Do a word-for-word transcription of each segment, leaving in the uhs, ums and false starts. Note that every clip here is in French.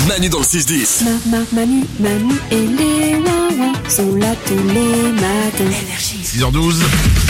Manu dans le six dix. Ma, ma, Manu, Manu et les Wawa sont là tous les matins. six heures douze.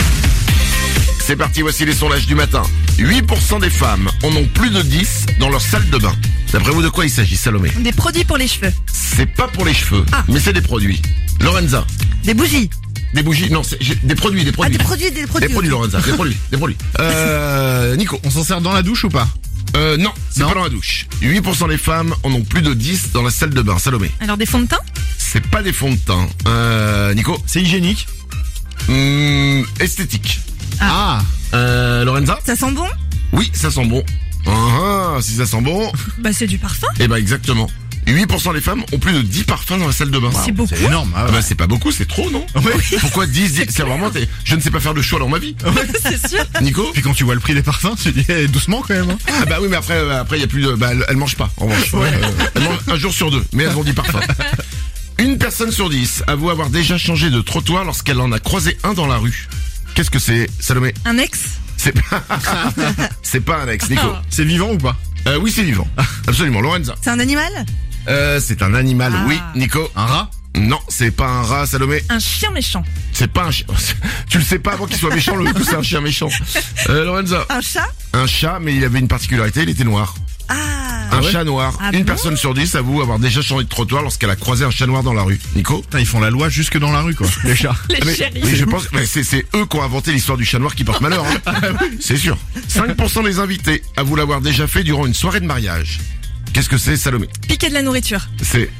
C'est parti, voici les sondages du matin. huit pour cent des femmes en ont plus de dix dans leur salle de bain. D'après vous, de quoi il s'agit, Salomé? Des produits pour les cheveux. C'est pas pour les cheveux, Ah. mais c'est des produits. Lorenza, Des bougies. des bougies, non, c'est j'ai- des produits, des Ah, produits. des produits, des produits. Des produits, Lorenza, des produits, des produits. Euh, Nico. On s'en sert dans la douche ou pas? Euh, non, c'est Non. pas dans la douche. huit pour cent des femmes en ont plus de dix dans la salle de bain. Salomé. Alors des fonds de teint. C'est pas des fonds de teint. Euh, Nico. C'est hygiénique. Hum, esthétique. Ah, Euh, Lorenza. Ça sent bon. Oui, ça sent bon. Ah, ah, si ça sent bon, Bah c'est du parfum. eh ben exactement. huit pour cent des femmes ont plus de dix parfums dans la salle de bain. C'est beaucoup. c'est énorme. Ah, Ah ouais. bah c'est pas beaucoup, c'est trop, non? Pourquoi dix, dix C'est vraiment, t'es- je ne sais pas faire de choix dans ma vie. C'est sûr. Nico. Puis quand tu vois le prix des parfums, tu te dis eh, doucement quand même. Hein. Ah bah oui, mais après, euh, après il y a plus de, bah elle, elle mange pas. En revanche, Euh, elle mange un jour sur deux, mais elles ont dix parfums. Une personne sur dix avoue avoir déjà changé de trottoir lorsqu'elle en a croisé un dans la rue. Qu'est-ce que c'est, Salomé? Un ex. C'est pas, c'est pas un ex, Nico. C'est vivant ou pas? Euh, oui, c'est vivant. Absolument, Lorenza. C'est un animal. Euh, c'est un animal, Ah. oui, Nico. Un rat? Non, c'est pas un rat, Salomé. Un chien méchant. C'est pas un chien. Tu le sais pas avant qu'il soit méchant, le coup c'est un chien méchant. Euh, Lorenza. Un chat. Un chat, mais il avait une particularité, il était noir. Ah. Un ouais chat noir. Ah une bon personne sur dix avoue avoir déjà changé de trottoir lorsqu'elle a croisé un chat noir dans la rue. Nico? Putain, ils font la loi jusque dans la rue quoi. Les chats. Les mais, chéris. mais je pense que c'est, c'est eux qui ont inventé l'histoire du chat noir qui porte malheur. Hein. C'est sûr. cinq pour cent des invités avouent l'avoir déjà fait durant une soirée de mariage. Qu'est-ce que c'est, Salomé? Piquer de la nourriture. C'est...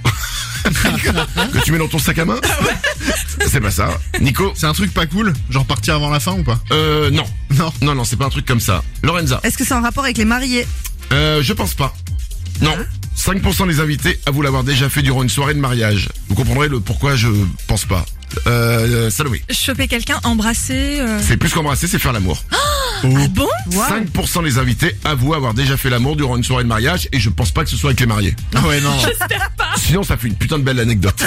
que tu mets dans ton sac à main? C'est pas ça. Nico? C'est un truc pas cool, genre partir avant la fin ou pas? Euh, non. Non. Non, non, c'est pas un truc comme ça. Lorenza? Est-ce que c'est en rapport avec les mariés? Euh, je pense pas. Non. cinq pour cent des invités avouent l'avoir déjà fait durant une soirée de mariage. Vous comprendrez le pourquoi je pense pas. Euh, Salomé. Choper quelqu'un, embrasser. euh. C'est plus qu'embrasser, c'est faire l'amour. Ah bon? cinq pour cent des invités avouent avoir déjà fait l'amour durant une soirée de mariage et je pense pas que ce soit avec les mariés. Ah ouais non. Sinon, ça fait une putain de belle anecdote.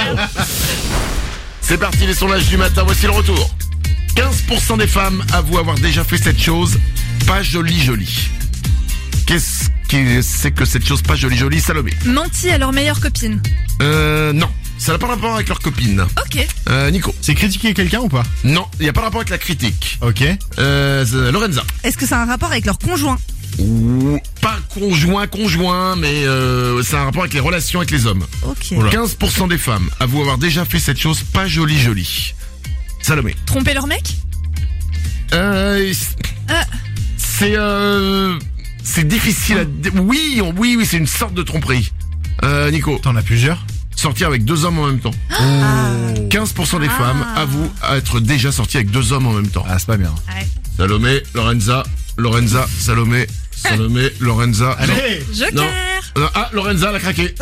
C'est parti, les sondages du matin, voici le retour. quinze pour cent des femmes avouent avoir déjà fait cette chose pas jolie jolie. Qu'est-ce que c'est que cette chose pas jolie jolie, Salomé? Menti à leur meilleure copine. Euh, non. Ça n'a pas rapport avec leur copine. Ok. Euh, Nico. C'est critiquer quelqu'un ou pas? Non, il n'y a pas rapport avec la critique. Ok. Euh, euh, Lorenza. Est-ce que ça a un rapport avec leur conjoint? Ouh, pas conjoint, conjoint, mais euh, ça a un rapport avec les relations avec les hommes. Ok. Oula. quinze pour cent des femmes avouent avoir déjà fait cette chose pas jolie jolie. Salomé. Tromper leur mec? Euh, Ah. c'est euh, c'est difficile à dire. Oui, on- oui, oui, c'est une sorte de tromperie. Euh, Nico. T'en as plusieurs? Sortir avec deux hommes en même temps. quinze pour cent des Ah. femmes avouent être déjà sorties avec deux hommes en même temps. Ah c'est pas bien. Ouais. Salomé, Lorenza, Lorenza, Salomé, Salomé, Lorenza. non. Allez. Joker. Non. Euh, Ah, Lorenza, elle a craqué.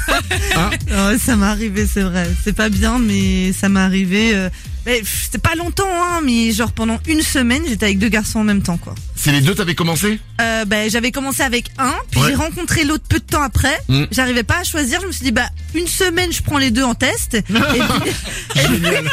Oh, ça m'est arrivé, c'est vrai. C'est pas bien, mais ça m'est arrivé. Euh... mais, pff, c'est pas longtemps, hein, mais genre pendant une semaine, j'étais avec deux garçons en même temps, quoi. C'est les deux t'avais commencé? Euh, bah, j'avais commencé avec un, puis Ouais. j'ai rencontré l'autre peu de temps après. Mm. J'arrivais pas à choisir. Je me suis dit, bah, une semaine, je prends les deux en test. et, puis, Génial.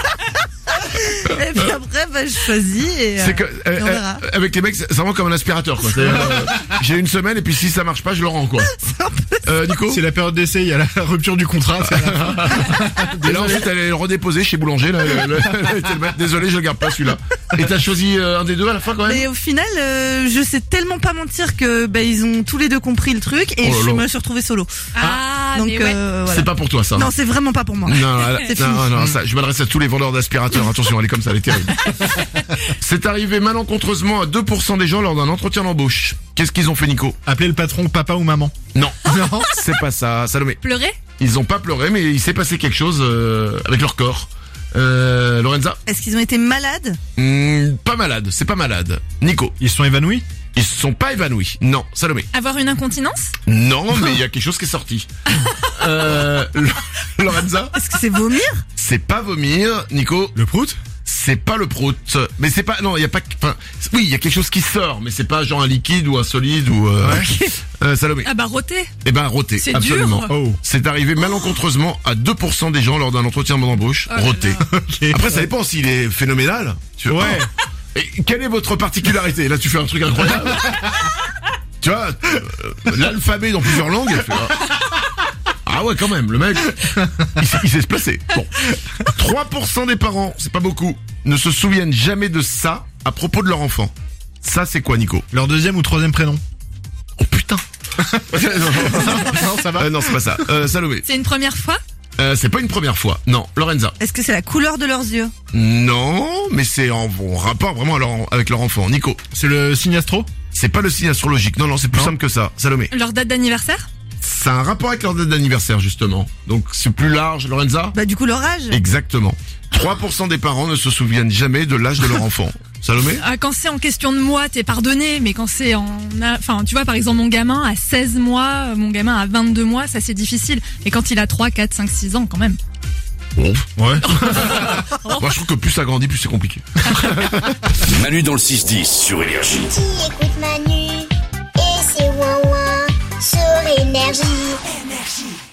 et puis après, bah, je choisis et, euh, C'est que euh, on verra. euh, avec les mecs, c'est vraiment comme un aspirateur, quoi. C'est, euh, j'ai une semaine et puis si ça marche pas, je le rends, quoi. Euh, Nico? C'est la période d'essai, il y a la rupture du contrat. c'est à la fin. Et là ensuite elle est le redéposer chez Boulanger. Là, le- le- le- le- désolé, je le garde pas celui-là. Et t'as choisi euh, un des deux à la fin quand même? Mais au final, euh, je sais tellement pas mentir que bah, ils ont tous les deux compris le truc et Oh là je là. me suis retrouvée solo. Ah, Donc mais ouais. euh, voilà. C'est pas pour toi ça. Non, c'est vraiment pas pour moi. Non, là, C'est non, fini. non, ça, je m'adresse à tous les vendeurs d'aspirateurs. Attention, elle est comme ça, elle est terrible. C'est arrivé malencontreusement à deux pour cent des gens lors d'un entretien d'embauche. Qu'est-ce qu'ils ont fait, Nico? Appeler le patron papa ou maman. Non, non, c'est pas ça, Salomé. Pleurer? Ils ont pas pleuré, mais il s'est passé quelque chose euh, avec leur corps. Euh, Lorenza? Est-ce qu'ils ont été malades? Hmm, pas malade, c'est pas malade. Nico? Ils se sont évanouis? Ils se sont pas évanouis. Non, Salomé. Avoir une incontinence? Non, mais il y a quelque chose qui est sorti. Euh, Lo- Lorenza? Est-ce que c'est vomir? C'est pas vomir. Nico? Le prout? C'est pas le prout. Mais c'est pas, non, il y a pas, enfin, oui, il y a quelque chose qui sort, mais c'est pas genre un liquide ou un solide ou, euh, euh, Salomé. Ah bah roter. Eh ben, roté. C'est Absolument. dur. Oh. C'est arrivé malencontreusement à deux pour cent des gens lors d'un entretien d'embauche. Oh là roté. là. Après, ça dépend s'il est phénoménal. Tu vois. Ouais. Et quelle est votre particularité? Là, tu fais un truc incroyable. Tu vois, euh, l'alphabet dans plusieurs langues. Elle fait, ah. Ah ouais, quand même, le mec, il, sait- il sait se placer. Bon. trois pour cent des parents, c'est pas beaucoup, ne se souviennent jamais de ça à propos de leur enfant. Ça, c'est quoi, Nico? Leur deuxième ou troisième prénom. Oh putain. Non, ça va. Euh, non, c'est pas ça. Euh, Salomé. C'est une première fois? Euh, c'est pas une première fois. Non. Lorenza. Est-ce que c'est la couleur de leurs yeux? Non, mais c'est en, en rapport vraiment à leur- avec leur enfant. Nico. C'est le signe astro. C'est pas le signe astrologique. Non, non, c'est plus Non. simple que ça. Salomé. Leur date d'anniversaire? C'est un rapport avec leur date d'anniversaire, justement. Donc, c'est plus large. Lorenza? Bah du coup leur âge. Exactement. trois pour cent des parents ne se souviennent jamais de l'âge de leur enfant. Salomé? Ah, quand c'est en question de mois, t'es pardonné, mais quand c'est en, a- enfin, tu vois, par exemple, mon gamin a seize mois, mon gamin a vingt-deux mois, ça c'est difficile. Et quand il a trois, quatre, cinq, six ans, quand même. Bon. Ouais. Moi, je trouve que plus ça grandit, plus c'est compliqué. Manu dans le six dix sur Énergie. Qui écoute Manu et c'est ouin ouin sur Énergie.